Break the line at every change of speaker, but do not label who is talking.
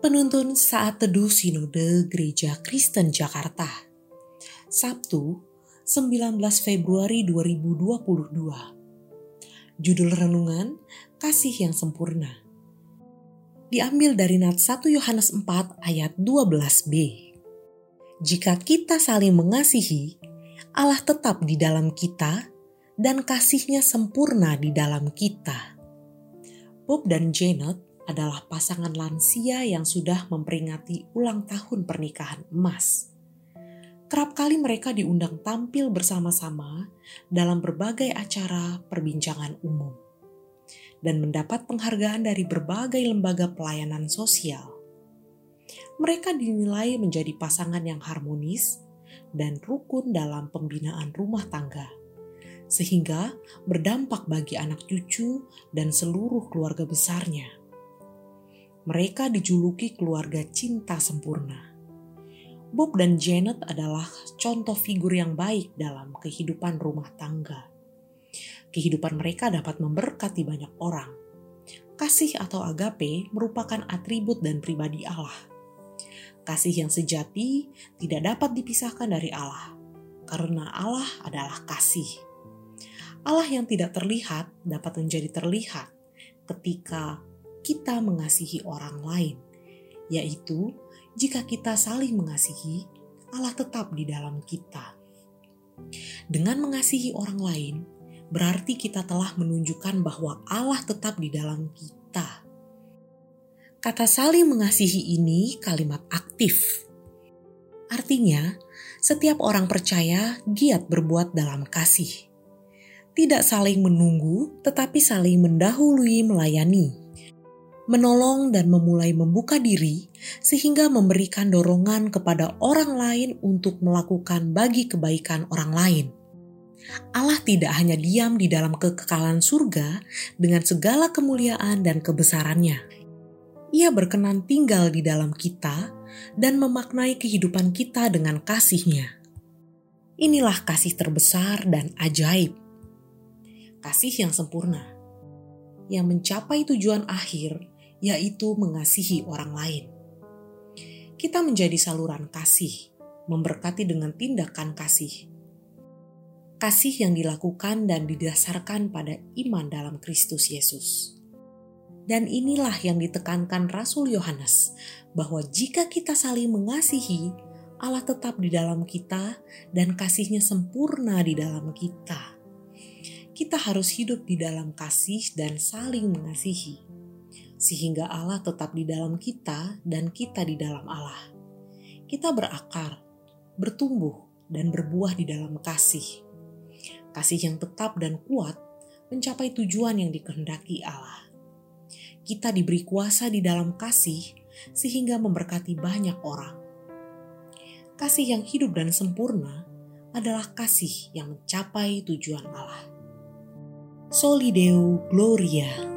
Penuntun Saat Teduh Sinode Gereja Kristen Jakarta, Sabtu 19 Februari 2022. Judul renungan, Kasih yang Sempurna. Diambil dari Nats 1 Yohanes 4 ayat 12b. Jika kita saling mengasihi, Allah tetap di dalam kita dan kasih-Nya sempurna di dalam kita. Bob dan Janet adalah pasangan lansia yang sudah memperingati ulang tahun pernikahan emas. Kerap kali mereka diundang tampil bersama-sama dalam berbagai acara perbincangan umum dan mendapat penghargaan dari berbagai lembaga pelayanan sosial. Mereka dinilai menjadi pasangan yang harmonis dan rukun dalam pembinaan rumah tangga, sehingga berdampak bagi anak cucu dan seluruh keluarga besarnya. Mereka dijuluki keluarga cinta sempurna. Bob dan Janet adalah contoh figur yang baik dalam kehidupan rumah tangga. Kehidupan mereka dapat memberkati banyak orang. Kasih atau agape merupakan atribut dan pribadi Allah. Kasih yang sejati tidak dapat dipisahkan dari Allah, karena Allah adalah kasih. Allah yang tidak terlihat dapat menjadi terlihat ketika kita mengasihi orang lain, yaitu jika kita saling mengasihi, Allah tetap di dalam kita. Dengan mengasihi orang lain, berarti kita telah menunjukkan bahwa Allah tetap di dalam kita. Kata saling mengasihi ini kalimat aktif. Artinya, setiap orang percaya giat berbuat dalam kasih. Tidak saling menunggu, tetapi saling mendahului melayani. Menolong dan memulai membuka diri sehingga memberikan dorongan kepada orang lain untuk melakukan bagi kebaikan orang lain. Allah tidak hanya diam di dalam kekekalan surga dengan segala kemuliaan dan kebesarannya. Ia berkenan tinggal di dalam kita dan memaknai kehidupan kita dengan kasih-Nya. Inilah kasih terbesar dan ajaib. Kasih yang sempurna, yang mencapai tujuan akhir, yaitu mengasihi orang lain. Kita menjadi saluran kasih, memberkati dengan tindakan kasih. Kasih yang dilakukan dan didasarkan pada iman dalam Kristus Yesus. Dan inilah yang ditekankan Rasul Yohanes, bahwa jika kita saling mengasihi, Allah tetap di dalam kita dan kasih-Nya sempurna di dalam kita. Kita harus hidup di dalam kasih dan saling mengasihi, sehingga Allah tetap di dalam kita dan kita di dalam Allah. Kita berakar, bertumbuh, dan berbuah di dalam kasih. Kasih yang tetap dan kuat mencapai tujuan yang dikehendaki Allah. Kita diberi kuasa di dalam kasih sehingga memberkati banyak orang. Kasih yang hidup dan sempurna adalah kasih yang mencapai tujuan Allah. Soli Deo Gloria.